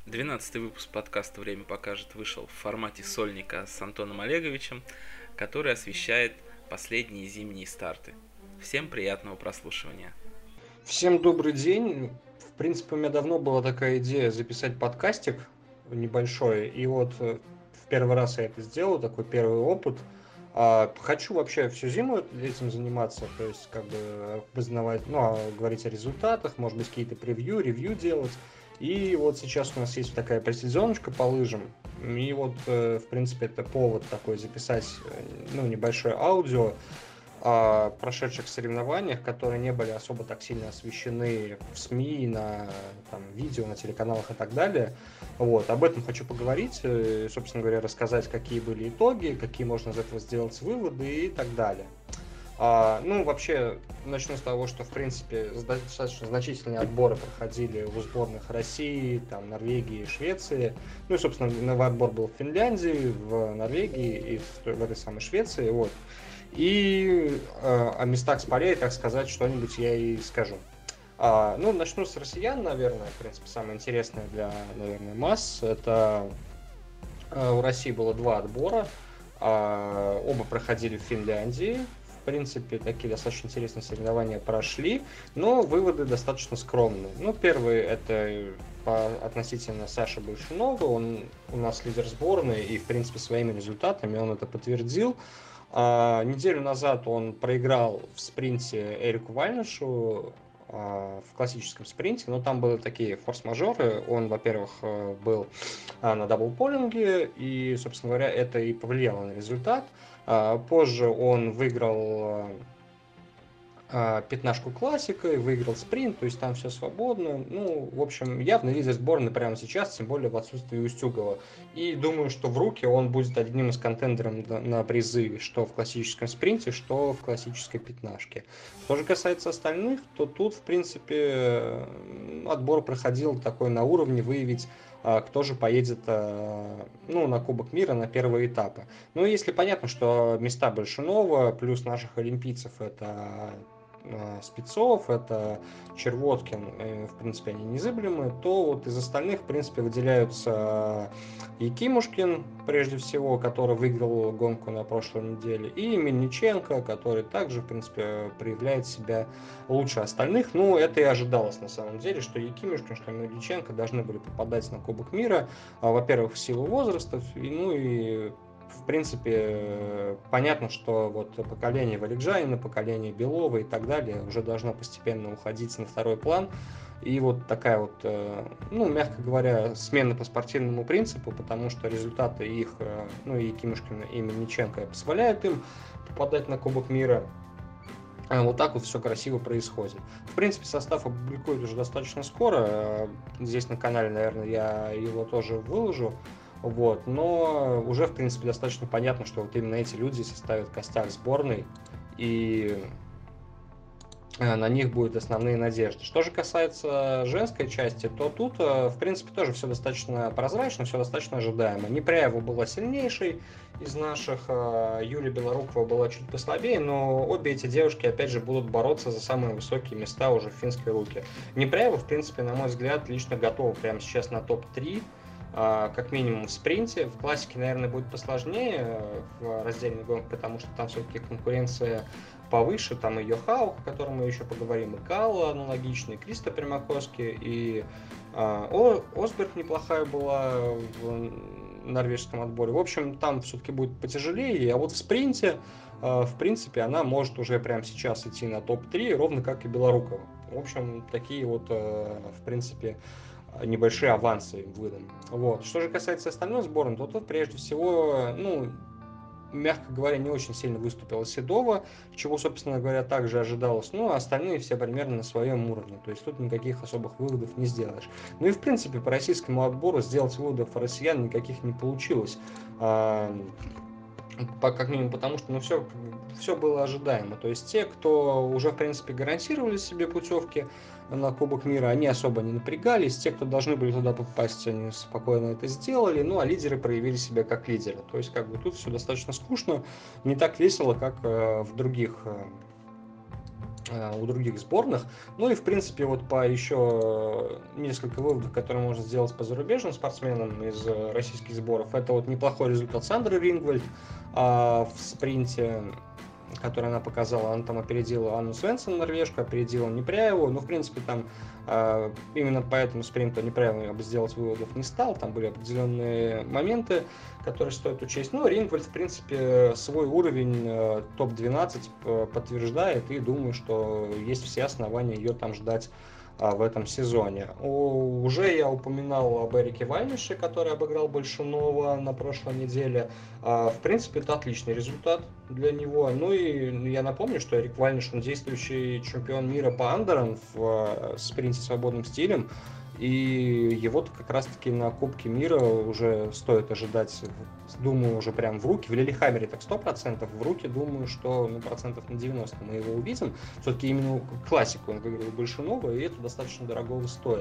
12-й выпуск подкаста «Время покажет» вышел в формате сольника с Антоном Олеговичем, который освещает последние зимние старты. Всем приятного прослушивания. Всем добрый день. В принципе, у меня давно была такая идея записать подкастик небольшой, и вот в первый раз я это сделал, такой первый опыт. Хочу вообще всю зиму этим заниматься, то есть как бы познавать, говорить о результатах, может быть, какие-то превью, ревью делать. И вот сейчас у нас есть такая предсезоночка по лыжам, и вот, в принципе, это повод такой записать, небольшое аудио о прошедших соревнованиях, которые не были особо так сильно освещены в СМИ, на видео, на телеканалах и так далее. Вот, об этом хочу поговорить, собственно говоря, рассказать, какие были итоги, какие можно из этого сделать выводы и так далее. Вообще, начну с того, что, в принципе, достаточно значительные отборы проходили у сборных России, Норвегии, Швеции. Ну и, собственно, новый отбор был в Финляндии, в Норвегии и в этой самой Швеции. Вот. И о местах спорей, так сказать, что-нибудь я и скажу. Начну с россиян, наверное, в принципе, самое интересное для, наверное, масс. Это у России было два отбора, оба проходили в Финляндии. В принципе, такие достаточно интересные соревнования прошли, но выводы достаточно скромные. Первый это относительно Саши Большунова, он у нас лидер сборной, и, в принципе, своими результатами он это подтвердил. Неделю назад он проиграл в спринте Эрику Вальнишу в классическом спринте, но там были такие форс-мажоры. Он, во-первых, был на даблполинге, и, собственно говоря, это и повлияло на результат. Позже он выиграл пятнашку классикой, выиграл спринт, то есть там все свободно. В общем, явно лидер сборной прямо сейчас, тем более в отсутствии Устюгова. И думаю, что в руки он будет одним из контендеров на призы, что в классическом спринте, что в классической пятнашке. Что же касается остальных, то тут, в принципе, отбор проходил такой на уровне выявить, кто же поедет на Кубок мира на первые этапы. Если понятно, что места Большунова плюс наших олимпийцев это Спецов, это Червоткин, в принципе, они незыблемы, то вот из остальных, в принципе, выделяются Якимушкин, прежде всего, который выиграл гонку на прошлой неделе, и Мельниченко, который также, в принципе, проявляет себя лучше остальных. Это и ожидалось на самом деле, что Якимушкин, что Мельниченко должны были попадать на Кубок мира, во-первых, в силу возраста, и в принципе, понятно, что вот поколение Валикжанина, поколение Белова и так далее уже должно постепенно уходить на второй план. И вот такая вот, мягко говоря, смена по спортивному принципу, потому что результаты их, и Якимушкина, и Мельниченко позволяют им попадать на Кубок мира. Вот так вот все красиво происходит. В принципе, состав опубликуют уже достаточно скоро. Здесь на канале, наверное, я его тоже выложу. Вот, но уже, в принципе, достаточно понятно, что вот именно эти люди составят костяк сборной, и на них будут основные надежды. Что же касается женской части, то тут, в принципе, тоже все достаточно прозрачно, все достаточно ожидаемо. Непряева была сильнейшей из наших, Юлия Белорукова была чуть послабее, но обе эти девушки, опять же, будут бороться за самые высокие места уже в финской руке. Непряева, в принципе, на мой взгляд, лично готова прямо сейчас на топ-3, как минимум в спринте. В классике, наверное, будет посложнее в раздельной гонке, потому что там все-таки конкуренция повыше. Там и Йохау, о котором мы еще поговорим, и Калла аналогичный, и Криста Пермакоски, и Осберг неплохая была в норвежском отборе. В общем, там все-таки будет потяжелее. А вот в спринте, в принципе, она может уже прямо сейчас идти на топ-3, ровно как и Белорукова. В общем, такие вот, в принципе, небольшие авансы им выданы. Вот. Что же касается остальной сборной, то тут прежде всего, мягко говоря, не очень сильно выступила Седова, чего, собственно говоря, также ожидалось. Остальные все примерно на своем уровне. То есть тут никаких особых выводов не сделаешь. И, в принципе, по российскому отбору сделать выводов у россиян никаких не получилось. Как минимум потому, что все было ожидаемо. То есть те, кто уже, в принципе, гарантировали себе путевки на Кубок мира, они особо не напрягались. Те, кто должны были туда попасть, они спокойно это сделали. А лидеры проявили себя как лидеры. То есть тут все достаточно скучно, не так весело, как в других у других сборных. Ну и, в принципе, вот по еще несколько выводов, которые можно сделать по зарубежным спортсменам из российских сборов, это вот неплохой результат Сандры Рингвальд в спринте, который она показала. Она там опередила Анну Свенсон, норвежку, опередила Непряеву. Ну, в принципе, там именно по этому спринту Непряеву я бы сделать выводов не стал. Там были определенные моменты, которые стоит учесть. Ну, Рингвальд, в принципе, свой уровень топ-12 подтверждает, и думаю, что есть все основания ее там ждать в этом сезоне. Уже я упоминал об Эрике Вайнише, который обыграл Большунова на прошлой неделе. В принципе, это отличный результат для него. Ну и я напомню, что Эрик Вайниш, он действующий чемпион мира по андерам в спринте свободным стилем. И его-то как раз-таки на Кубке мира уже стоит ожидать, думаю, уже прям в руки. В Лилихаммере так 100%, в руки, думаю, что процентов на 90 мы его увидим. Все-таки именно классику он выиграл Большунова, и это достаточно дорого стоит.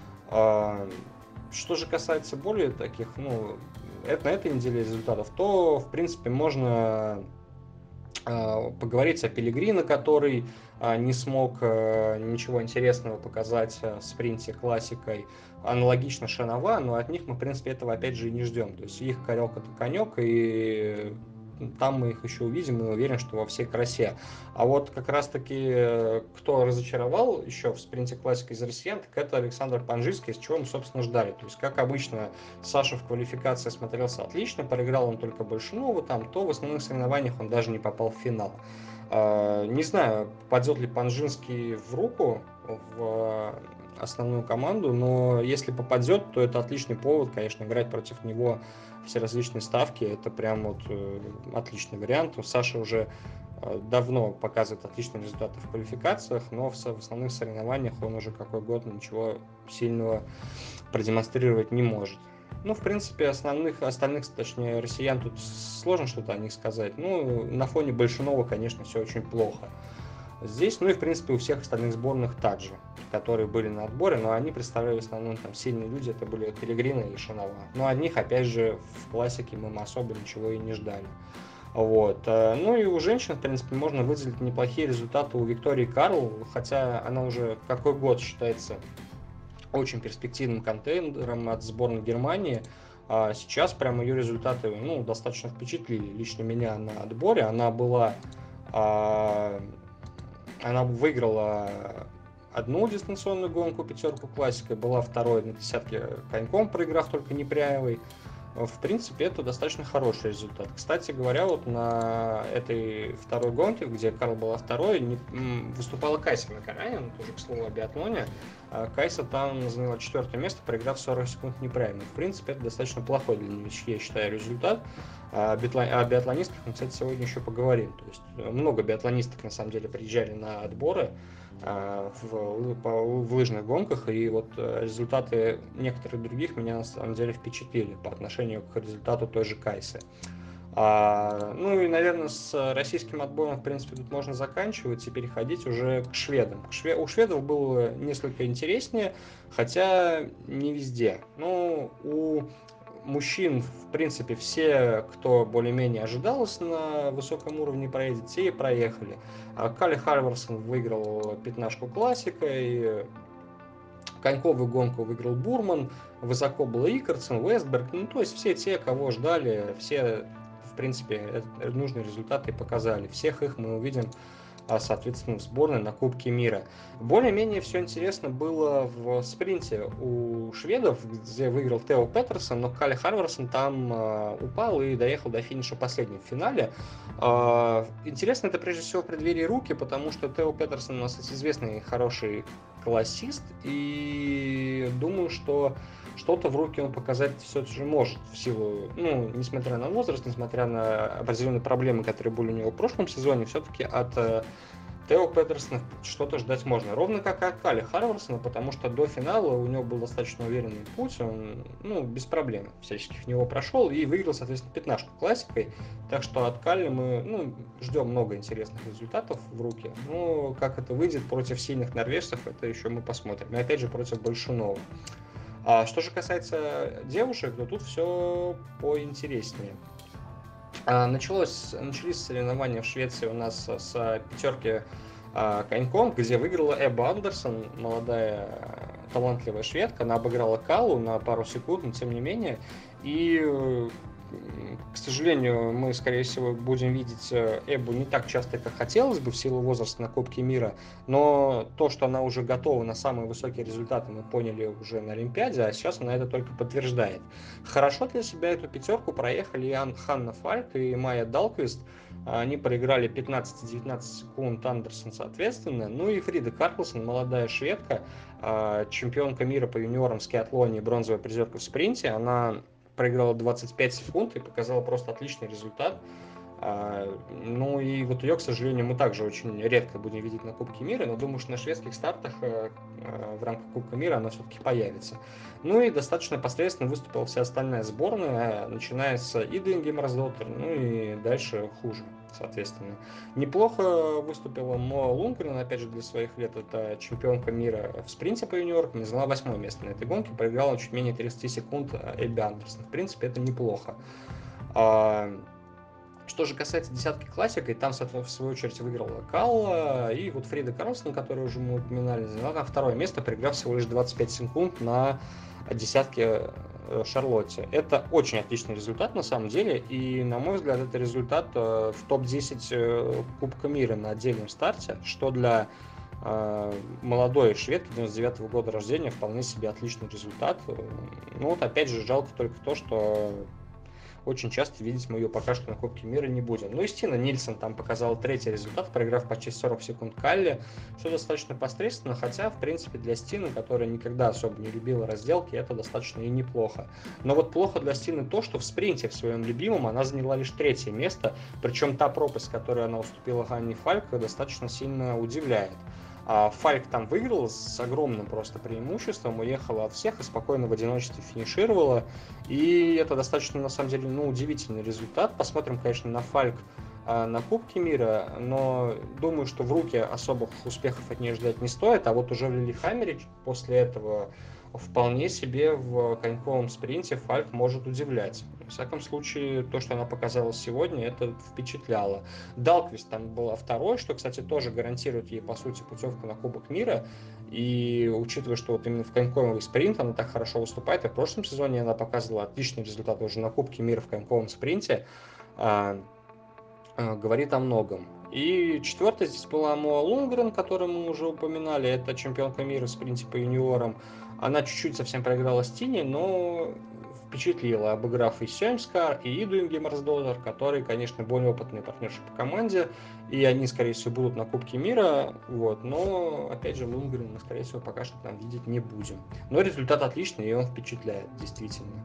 Что же касается более таких, на этой неделе результатов, то, в принципе, можно поговорить о Пеллегрино, который не смог ничего интересного показать в спринте классикой. Аналогично Шанова, но от них мы, в принципе, этого опять же и не ждем. То есть их конек это конек, и там мы их еще увидим, и уверен, что во всей красе. А вот как раз-таки кто разочаровал еще в спринте классика из россиян, так это Александр Панжийский, с чего мы, собственно, ждали. То есть, как обычно, Саша в квалификации смотрелся отлично, проиграл он только Большунову, то в основных соревнованиях он даже не попал в финал. Не знаю, попадет ли Панжинский в руку в основную команду, но если попадет, то это отличный повод, конечно, играть против него все различные ставки, это прям вот отличный вариант. Саша уже давно показывает отличные результаты в квалификациях, но в основных соревнованиях он уже какой год ничего сильного продемонстрировать не может. Ну, в принципе, остальных, точнее, россиян тут сложно что-то о них сказать. На фоне Большунова, конечно, все очень плохо здесь. Ну и, в принципе, у всех остальных сборных также, которые были на отборе, но они представляли в основном там сильные люди, это были Пеллегрино и Шанова. Но от них, опять же, в классике мы особо ничего и не ждали. Вот. Ну и у женщин, в принципе, можно выделить неплохие результаты у Виктории Карл, хотя она уже какой год считается очень перспективным контендером от сборной Германии. Сейчас прям ее результаты достаточно впечатлили лично меня на отборе. Она выиграла одну дистанционную гонку, пятерку классикой, была второй на десятке коньком, проиграв только Непряевой. В принципе, это достаточно хороший результат. Кстати говоря, вот на этой второй гонке, где Карл была второй, выступала Кайса Макаранин, тоже, к слову, о биатлоне. Кайса там заняла 4 место, проиграв 40 секунд Непряевой. В принципе, это достаточно плохой для нее, я считаю, результат. О биатлонистках мы, кстати, сегодня еще поговорим. То есть много биатлонисток, на самом деле, приезжали на отборы в лыжных гонках, и вот результаты некоторых других меня на самом деле впечатлили по отношению к результату той же Кайсы. Ну и, наверное, с российским отбором, в принципе, тут можно заканчивать и переходить уже к шведам. У шведов было несколько интереснее, хотя не везде. У мужчин, в принципе, все, кто более-менее ожидалось на высоком уровне проедет, те и проехали. Кале Харварсон выиграл пятнашку классикой, коньковую гонку выиграл Бурман, высоко был Рикардсон, Вестберг, то есть все те, кого ждали, все, в принципе, нужные результаты показали. Всех их мы увидим, соответственно, в сборной на Кубке мира. Более-менее все интересно было в спринте у шведов, где выиграл Тео Петерсон, но Кале Харварсон там упал и доехал до финиша последним в финале. Интересно это прежде всего в преддверии Руки, потому что Тео Петерсон у нас известный хороший классист, и думаю, что что-то в Руки он показать все же может в силу, несмотря на возраст, несмотря на определенные проблемы, которые были у него в прошлом сезоне, все-таки от Тео Петерсона что-то ждать можно. Ровно как и от Кале Харварсона, потому что до финала у него был достаточно уверенный путь, он без проблем всяческих в него прошел и выиграл, соответственно, пятнашку классикой. Так что от Калли мы ждем много интересных результатов в Руки. Но как это выйдет против сильных норвежцев, это еще мы посмотрим. И опять же против Большунова. А что же касается девушек, то тут все поинтереснее. Начались соревнования в Швеции у нас с пятерки коньком, где выиграла Эбба Андерсон, молодая талантливая шведка. Она обыграла Каллу на пару секунд, но тем не менее. И, к сожалению, мы, скорее всего, будем видеть Эббу не так часто, как хотелось бы в силу возраста на Кубке мира, но то, что она уже готова на самые высокие результаты, мы поняли уже на Олимпиаде, а сейчас она это только подтверждает. Хорошо для себя эту пятерку проехали Ханна Фальк и Майя Далквист. Они проиграли 15-19 секунд Андерсон, соответственно. Ну и Фрида Карлсон, молодая шведка, чемпионка мира по юниорам в скиатлоне и бронзовая призерка в спринте. Она проиграла 25 секунд и показала просто отличный результат. Ну и вот ее, к сожалению, мы также очень редко будем видеть на Кубке мира, но думаю, что на шведских стартах в рамках Кубка мира она все-таки появится. Ну и достаточно посредственно выступила вся остальная сборная, начиная с Иды Ингемарсдоттер, ну и дальше хуже, соответственно. Неплохо выступила Моа Лунгрен, опять же, для своих лет. Это чемпионка мира в спринте по юниоркам, заняла 8-е место на этой гонке, проиграла чуть менее 30 секунд Эбби Андерсон. В принципе, это неплохо. Что же касается десятки классика, и там, в свою очередь, выиграла Калла, и вот Фрида Карлсон, которую уже мы упоминали, заняла там второе место, проиграв всего лишь 25 секунд на десятке Шарлотте. Это очень отличный результат на самом деле, и, на мой взгляд, это результат в топ-10 Кубка мира на отдельном старте, что для молодой шведки 99-го года рождения вполне себе отличный результат. Ну вот опять же жалко только то, что очень часто видеть мы ее пока что на Кубке мира не будем. Ну и Стина Нильсон там показала третий результат, проиграв почти 40 секунд Калле, что достаточно посредственно, хотя, в принципе, для Стины, которая никогда особо не любила разделки, это достаточно и неплохо. Но вот плохо для Стины то, что в спринте в своем любимом она заняла лишь третье место, причем та пропасть, которую она уступила Ханне Фальк, достаточно сильно удивляет. Фальк там выиграл с огромным просто преимуществом, уехала от всех и спокойно в одиночестве финишировала. И это достаточно, на самом деле, удивительный результат. Посмотрим, конечно, на Фальк на Кубке мира, но думаю, что в руки особых успехов от нее ждать не стоит. А вот уже в Лилихаммере после этого вполне себе в коньковом спринте Фальк может удивлять. В всяком случае, то, что она показала сегодня, это впечатляло. Далквист там была второй, что, кстати, тоже гарантирует ей, по сути, путевку на Кубок мира. И учитывая, что вот именно в коньковый спринт она так хорошо выступает, и в прошлом сезоне она показывала отличные результаты уже на Кубке мира в коньковом спринте, говорит о многом. И четвертая здесь была Моа Лунгрен, которую мы уже упоминали. Это чемпионка мира в спринте по юниорам. Она чуть-чуть совсем проиграла Стине, но впечатлила, обыграв и Сёмскар, и Иду Ингемарсдоттер, которые, конечно, более опытные партнерши по команде, и они, скорее всего, будут на Кубке мира, вот, но, опять же, Лунгрен мы, скорее всего, пока что там видеть не будем. Но результат отличный, и он впечатляет, действительно.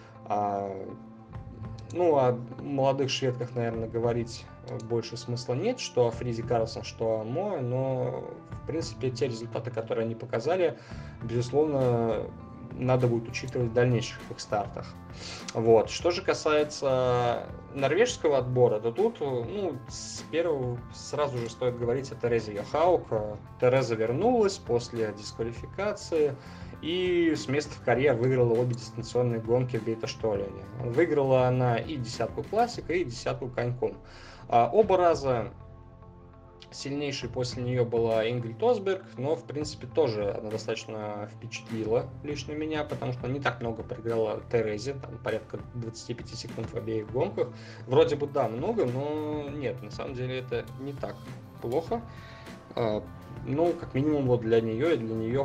Ну, о молодых шведках, наверное, говорить больше смысла нет, что о Фриде Карлсон, что о Моа, но, в принципе, те результаты, которые они показали, безусловно, надо будет учитывать в дальнейших их стартах. Вот. Что же касается норвежского отбора, то тут, с первого сразу же стоит говорить о Терезе Йохаук. Тереза вернулась после дисквалификации и с места в карьер выиграла обе дистанционные гонки в Бейташтолене. Выиграла она и десятку классика, и десятку коньком. Оба раза сильнейшей после нее была Ингрид Осберг, но, в принципе, тоже она достаточно впечатлила лично меня, потому что не так много проиграла Терезе, там порядка 25 секунд в обеих гонках. Вроде бы, да, много, но нет, на самом деле это не так плохо. Ну, как минимум, вот для нее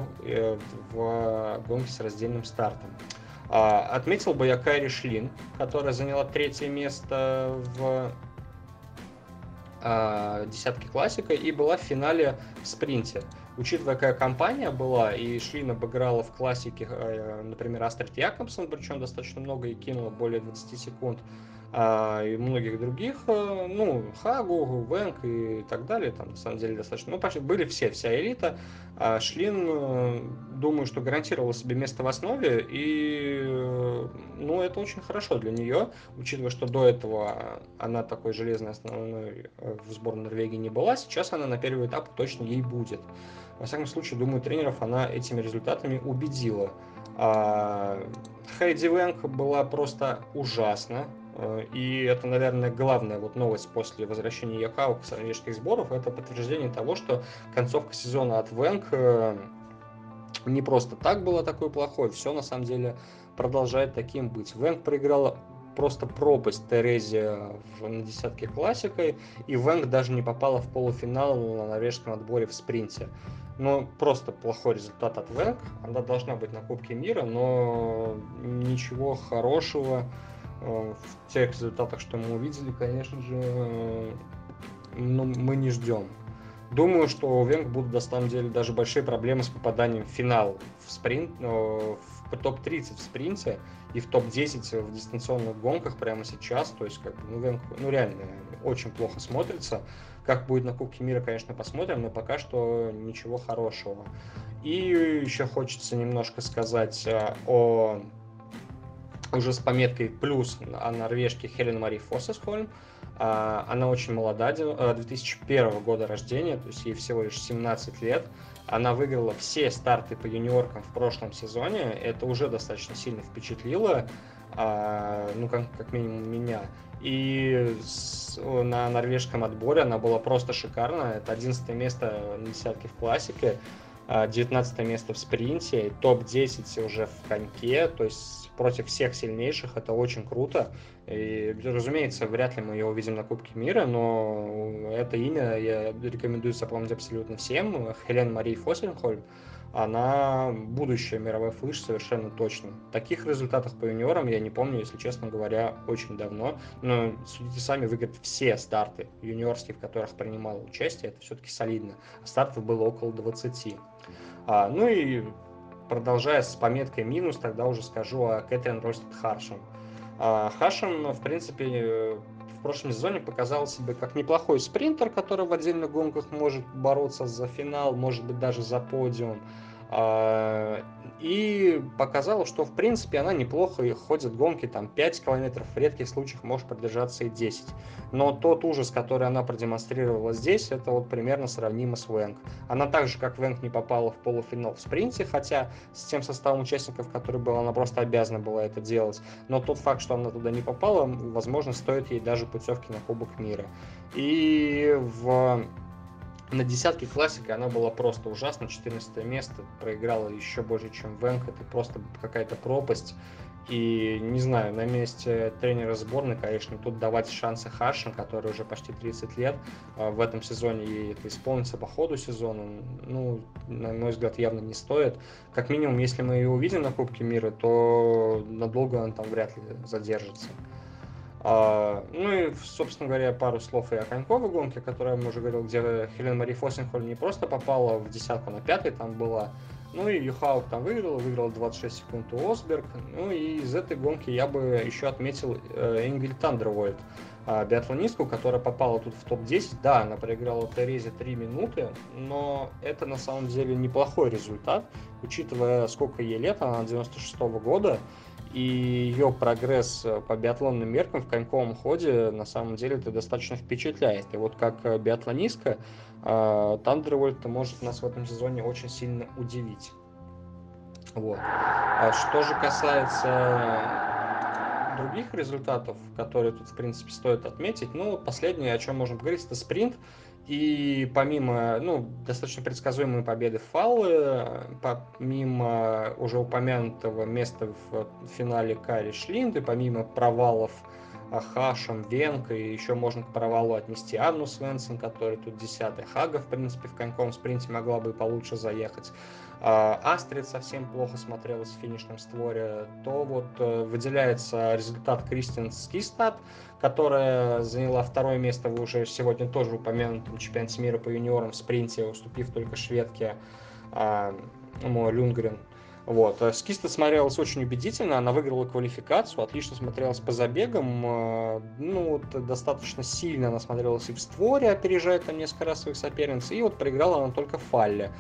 в гонке с раздельным стартом. Отметил бы я Кайри Шлин, которая заняла третье место в десятки классика и была в финале в спринте. Учитывая, какая компания была, и Шлин обыграла в классике, например, Астрид Якобсон, причем достаточно много и кинула, более 20 секунд, и многих других, Хагу, Венг и так далее, там на самом деле достаточно, почти были вся элита. Шлин, думаю, что гарантировала себе место в основе, и, это очень хорошо для нее, учитывая, что до этого она такой железной основной в сборной Норвегии не была, сейчас она на первый этап точно ей будет. Во всяком случае, думаю, тренеров она этими результатами убедила. Хайди Венг была просто ужасна И это, наверное, главная вот новость после возвращения Йохаука с норвежских сборов. Это подтверждение того, что концовка сезона от Венг не просто так была такой плохой, все на самом деле продолжает таким быть. Венг проиграла просто пропасть Терезе на десятке классикой, и Венг даже не попала в полуфинал на норвежском отборе в спринте. Ну, просто плохой результат от Венг. Она должна быть на Кубке мира, но ничего хорошего в тех результатах, что мы увидели, конечно же, мы не ждем. Думаю, что у Венг будут на самом деле даже большие проблемы с попаданием в финал в спринт, в топ-30 в спринте и в топ-10 в дистанционных гонках прямо сейчас. То есть, как бы, Венг, реально очень плохо смотрится. Как будет на Кубке мира, конечно, посмотрим, но пока что ничего хорошего. И еще хочется немножко сказать уже с пометкой плюс о норвежке Хелен Мари Фоссесхольм. Она очень молода, 2001 года рождения, то есть ей всего лишь 17 лет. Она выиграла все старты по юниоркам в прошлом сезоне. Это уже достаточно сильно впечатлило, как минимум меня. И на норвежском отборе она была просто шикарна. Это 11 место на десятке в классике, 19 место в спринте, топ-10 уже в коньке, то есть против всех сильнейших. Это очень круто. И, разумеется, вряд ли мы ее увидим на Кубке мира, но это имя я рекомендую запомнить абсолютно всем. Хелен Мари Фоссенхольм, она будущее мировых лыж совершенно точно. Таких результатов по юниорам я не помню, если честно говоря, очень давно. Но судите сами, выиграть все старты юниорские, в которых принимала участие, это все-таки солидно. А стартов было около 20. И продолжая с пометкой минус, тогда уже скажу о Кэтрин Ростед Харшем. Хашем, в принципе, в прошлом сезоне показал себя как неплохой спринтер, который в отдельных гонках может бороться за финал, может быть даже за подиум. И показала, что в принципе она неплохо ходит гонки, там 5 километров, в редких случаях может продержаться и 10. Но тот ужас, который она продемонстрировала здесь, это вот примерно сравнимо с Венг. Она так же, как Венг, не попала в полуфинал в спринте, хотя с тем составом участников, который был, она просто обязана была это делать. Но тот факт, что она туда не попала, возможно, стоит ей даже путевки на Кубок мира. И на десятке классика она была просто ужасна, 14 место, проиграла еще больше, чем Венг, это просто какая-то пропасть. И не знаю, на месте тренера сборной, конечно, тут давать шансы Хашин, который уже почти 30 лет, в этом сезоне ей это исполнится по ходу сезона, на мой взгляд, явно не стоит. Как минимум, если мы ее увидим на Кубке мира, то надолго она там вряд ли задержится. И, собственно говоря, пару слов и о коньковой гонке, о которой я уже говорил, где Хелен Мари Фоссенхольм не просто попала в десятку, на пятой там была. И Йохаук там выиграл 26 секунд у Осберг. И из этой гонки я бы еще отметил Ингвилд Тандервольд, биатлонистку, которая попала тут в топ-10. Да, она проиграла Терезе 3 минуты, но это на самом деле неплохой результат, учитывая, сколько ей лет, она 96-го года. И ее прогресс по биатлонным меркам в коньковом ходе на самом деле это достаточно впечатляет. И вот как биатлонистка Тандервольд может нас в этом сезоне очень сильно удивить. Вот. Что же касается других результатов, которые тут в принципе стоит отметить, последнее, о чем можно поговорить, это спринт. И помимо достаточно предсказуемой победы Фаллы, помимо уже упомянутого места в финале Кари Шлинды, помимо провалов Хашем, Венг, и еще можно к провалу отнести Анну Свенсон, который тут 10-й, Хага, в принципе, в коньковом спринте могла бы и получше заехать. Астрид совсем плохо смотрелась в финишном створе, то вот выделяется результат Кристин Скистад, которая заняла второе место в уже сегодня тоже упомянутом чемпионате мира по юниорам в спринте, уступив только шведке Люнгрен. Вот. Скиста смотрелась очень убедительно, она выиграла квалификацию, отлично смотрелась по забегам, достаточно сильно она смотрелась и в створе, опережает там несколько раз своих соперниц, и вот проиграла она только Фалле.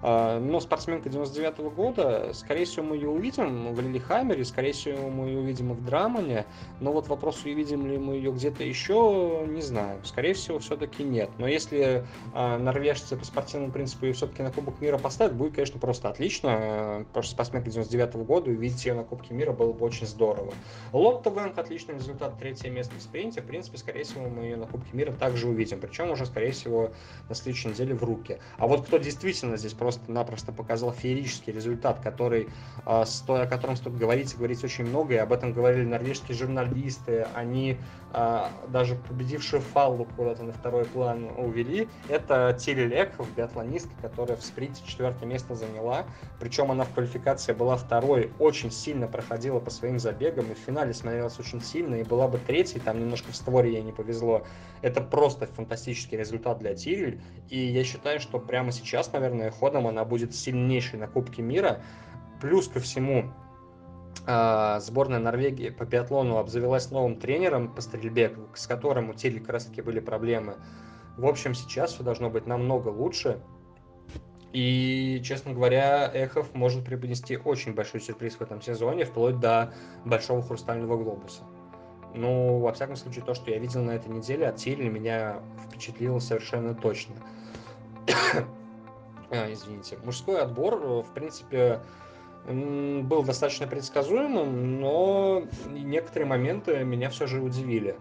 Но спортсменка 99-го года, скорее всего, мы ее увидим в Лилихаммере, скорее всего, мы ее увидим и в Драмане, но вот вопрос, увидим ли мы ее где-то еще, не знаю. Скорее всего, все-таки нет. Но если норвежцы по спортивному принципу ее все-таки на Кубок мира поставят, будет, конечно, просто отлично. Потому что спортсменка 99-го года, увидеть ее на Кубке мира было бы очень здорово. Лотта Венг, отличный результат, 3-е место в спринте. В принципе, скорее всего, мы ее на Кубке мира также увидим. Причем уже, скорее всего, на следующей неделе в руки. А вот кто действительно здесь просто-напросто показал феерический результат, который, о котором стоит говорить и говорить очень много, и об этом говорили норвежские журналисты, они даже победившую Фаллу куда-то на второй план увели, это Тириль Экхоф, биатлонистка, которая в спринте 4-е место заняла, причем она в квалификации была второй, очень сильно проходила по своим забегам, и в финале смотрелась очень сильно, и была бы 3-й, там немножко в створе ей не повезло. Это просто фантастический результат для Тириль, и я считаю, что прямо сейчас, наверное, ходом она будет сильнейшей на Кубке мира. Плюс ко всему, сборная Норвегии по биатлону обзавелась новым тренером по стрельбе, с которым у Тириль как раз таки были проблемы. В общем, сейчас все должно быть намного лучше. И, честно говоря, Экхоф может преподнести очень большой сюрприз в этом сезоне, вплоть до большого хрустального глобуса. Ну, во всяком случае, то, что я видел на этой неделе от Тириль, меня впечатлило совершенно точно. Извините. Мужской отбор, в принципе, был достаточно предсказуемым, но некоторые моменты меня все же удивили.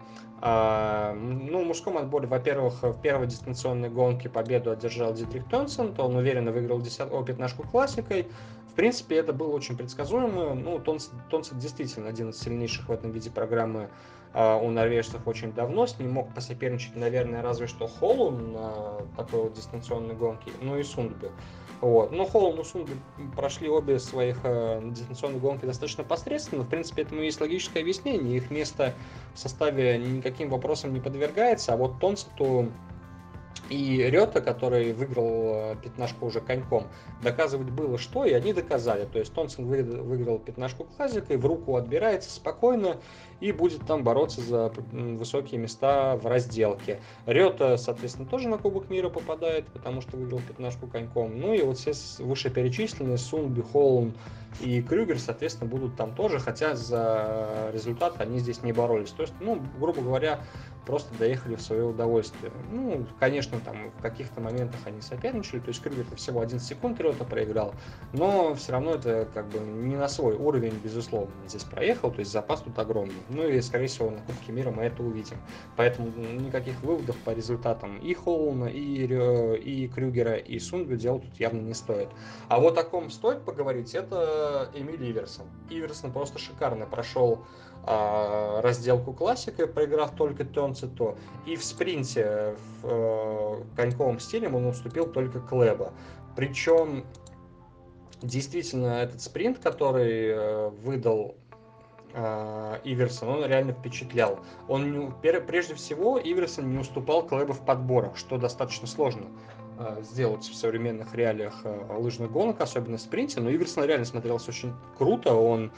Ну, в мужском отборе, во-первых, в первой дистанционной гонке победу одержал Дитрих Тонсен, он уверенно выиграл 15-ку классикой. В принципе, это было очень предсказуемо. Ну, Тонсен действительно один из сильнейших в этом виде программы у норвежцев очень давно. С ним мог посоперничать, наверное, разве что Холлун на такой вот дистанционной гонке, ну и Сундбе. Вот. Но Холлун и Сундбе прошли обе своих дистанционных гонки достаточно посредственно. В принципе, этому есть логическое объяснение. Их место в составе никаким вопросам не подвергается. А вот Тонсету и Рёта, который выиграл пятнашку уже коньком, доказывать было что, и они доказали. То есть Тонсен выиграл пятнашку классикой, в руку отбирается спокойно и будет там бороться за высокие места в разделке. Рёта, соответственно, тоже на Кубок мира попадает, потому что выиграл пятнашку коньком. Ну и вот все вышеперечисленные, Сундби, Холлун и Крюгер, соответственно, будут там тоже, хотя за результат они здесь не боролись. То есть, ну, грубо говоря, просто доехали в свое удовольствие. Ну, конечно, там в каких-то моментах они соперничали, то есть Крюгер всего 11 секунд Рёта проиграл, но все равно это как бы не на свой уровень, безусловно, здесь проехал, то есть запас тут огромный. Ну и, скорее всего, на Кубке мира мы это увидим. Поэтому никаких выводов по результатам и Холлуна, и Крюгера, и Сундбю делать тут явно не стоит. А вот о ком стоит поговорить, это Эмиль Иверсон. Иверсон просто шикарно прошел разделку классикой, проиграв только Тонцету, и в спринте в коньковом стиле он уступил только Клэба. Причем действительно этот спринт, который выдал Иверсон, он реально впечатлял. Прежде всего, Иверсон не уступал Клэбу в подборах, что достаточно сложно сделать в современных реалиях лыжных гонок, особенно в спринте, но Иверсон реально смотрелся очень круто, он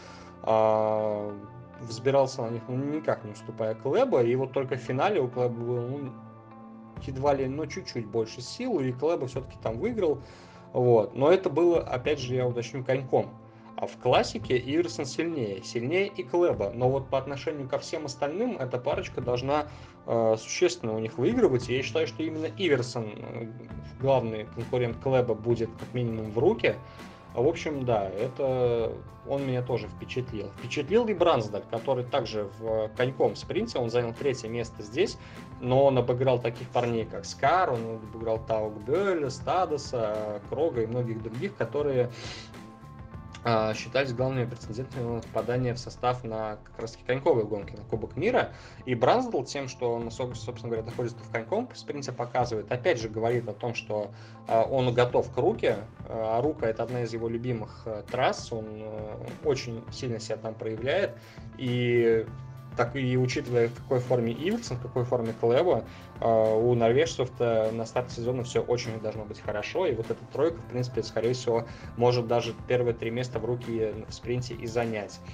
взбирался на них, никак не уступая Клэба, и вот только в финале у Клэба был едва ли, чуть-чуть больше сил, и Клэба все-таки там выиграл, вот. Но это было, опять же, я уточню, коньком. А в классике Иверсон сильнее и Клэба, но вот по отношению ко всем остальным эта парочка должна существенно у них выигрывать, и я считаю, что именно Иверсон, главный конкурент Клэба, будет как минимум в руке. В общем, да, это он меня тоже впечатлил. Впечатлил и Брансдаль, который также в коньком спринте, он занял 3-е место здесь, но он обыграл таких парней, как Скар, он обыграл Таукбёля, Стадоса, Крога и многих других, которые считались главными претендентами на попадание в состав на как раз таки коньковые гонки, на Кубок мира. И Брансдал тем, что он, собственно говоря, находится в коньком спринте, показывает, опять же говорит о том, что он готов к руке. А рука — это одна из его любимых трасс, он очень сильно себя там проявляет. И так и учитывая, в какой форме Иверсон, в какой форме Клэба, у норвежцев-то на старте сезона все очень должно быть хорошо, и вот эта тройка, в принципе, скорее всего, может даже первые 3 места в руки в спринте и занять.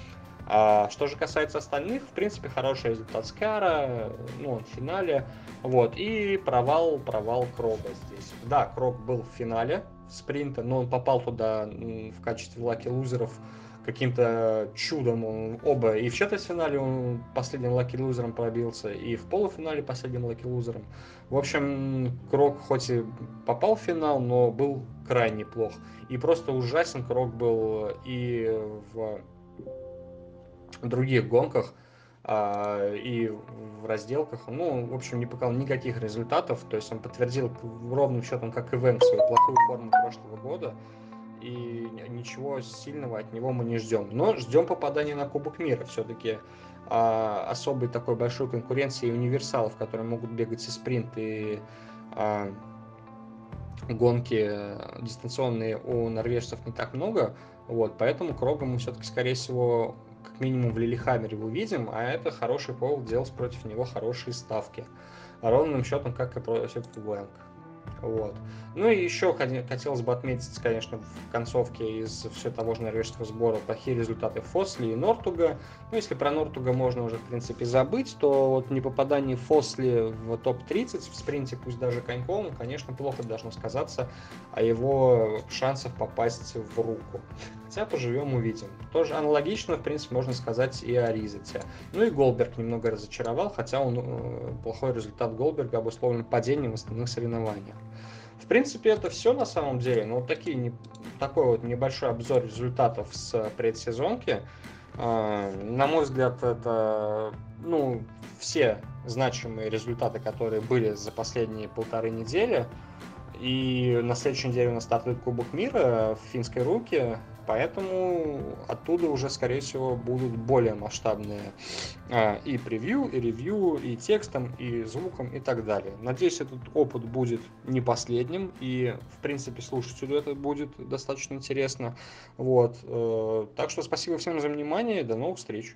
А что же касается остальных, в принципе, хороший результат Скара, ну, он в финале, вот, и провал Крога здесь. Да, Крог был в финале спринта, но он попал туда в качестве лаки-лузеров каким-то чудом. Он оба и в четвертьфинале он последним лаки-лузером пробился, и в полуфинале последним лаки-лузером. В общем, Крог хоть и попал в финал, но был крайне плох. И просто ужасен Крог был и в других гонках, и в разделках. Ну, в общем, не показал никаких результатов. То есть он подтвердил ровным счетом, как и Вэнк, свою плохую форму прошлого года. И ничего сильного от него мы не ждем. Но ждем попадания на Кубок мира. Все-таки особой такой большой конкуренции универсалов, которые могут бегать и спринт, и гонки дистанционные у норвежцев не так много. Вот, поэтому Крога мы все-таки, скорее всего, как минимум в Лилихаммере увидим, а это хороший повод делать против него хорошие ставки. Ровным счетом, как и против Вэнк. Вот. Ну и еще хотелось бы отметить, конечно, в концовке из все того же норвежского сбора плохие результаты Фосли и Нортуга. Ну, если про Нортуга можно уже, в принципе, забыть, то вот непопадание Фосли в топ-30 в спринте, пусть даже коньком, конечно, плохо должно сказаться о его шансах попасть в руку. Хотя поживем, увидим. Тоже аналогично, в принципе, можно сказать и о Ризете. Ну и Голберг немного разочаровал, хотя плохой результат Голберга обусловлен падением в основных соревнованиях. В принципе, это все на самом деле. Но вот такой вот небольшой обзор результатов с предсезонки. На мой взгляд, это все значимые результаты, которые были за последние 1,5 недели. И на следующей неделе у нас стартует Кубок мира в финской руке, поэтому оттуда уже, скорее всего, будут более масштабные и превью, и ревью, и текстом, и звуком, и так далее. Надеюсь, этот опыт будет не последним, и, в принципе, слушателю это будет достаточно интересно. Вот. Так что спасибо всем за внимание, и до новых встреч.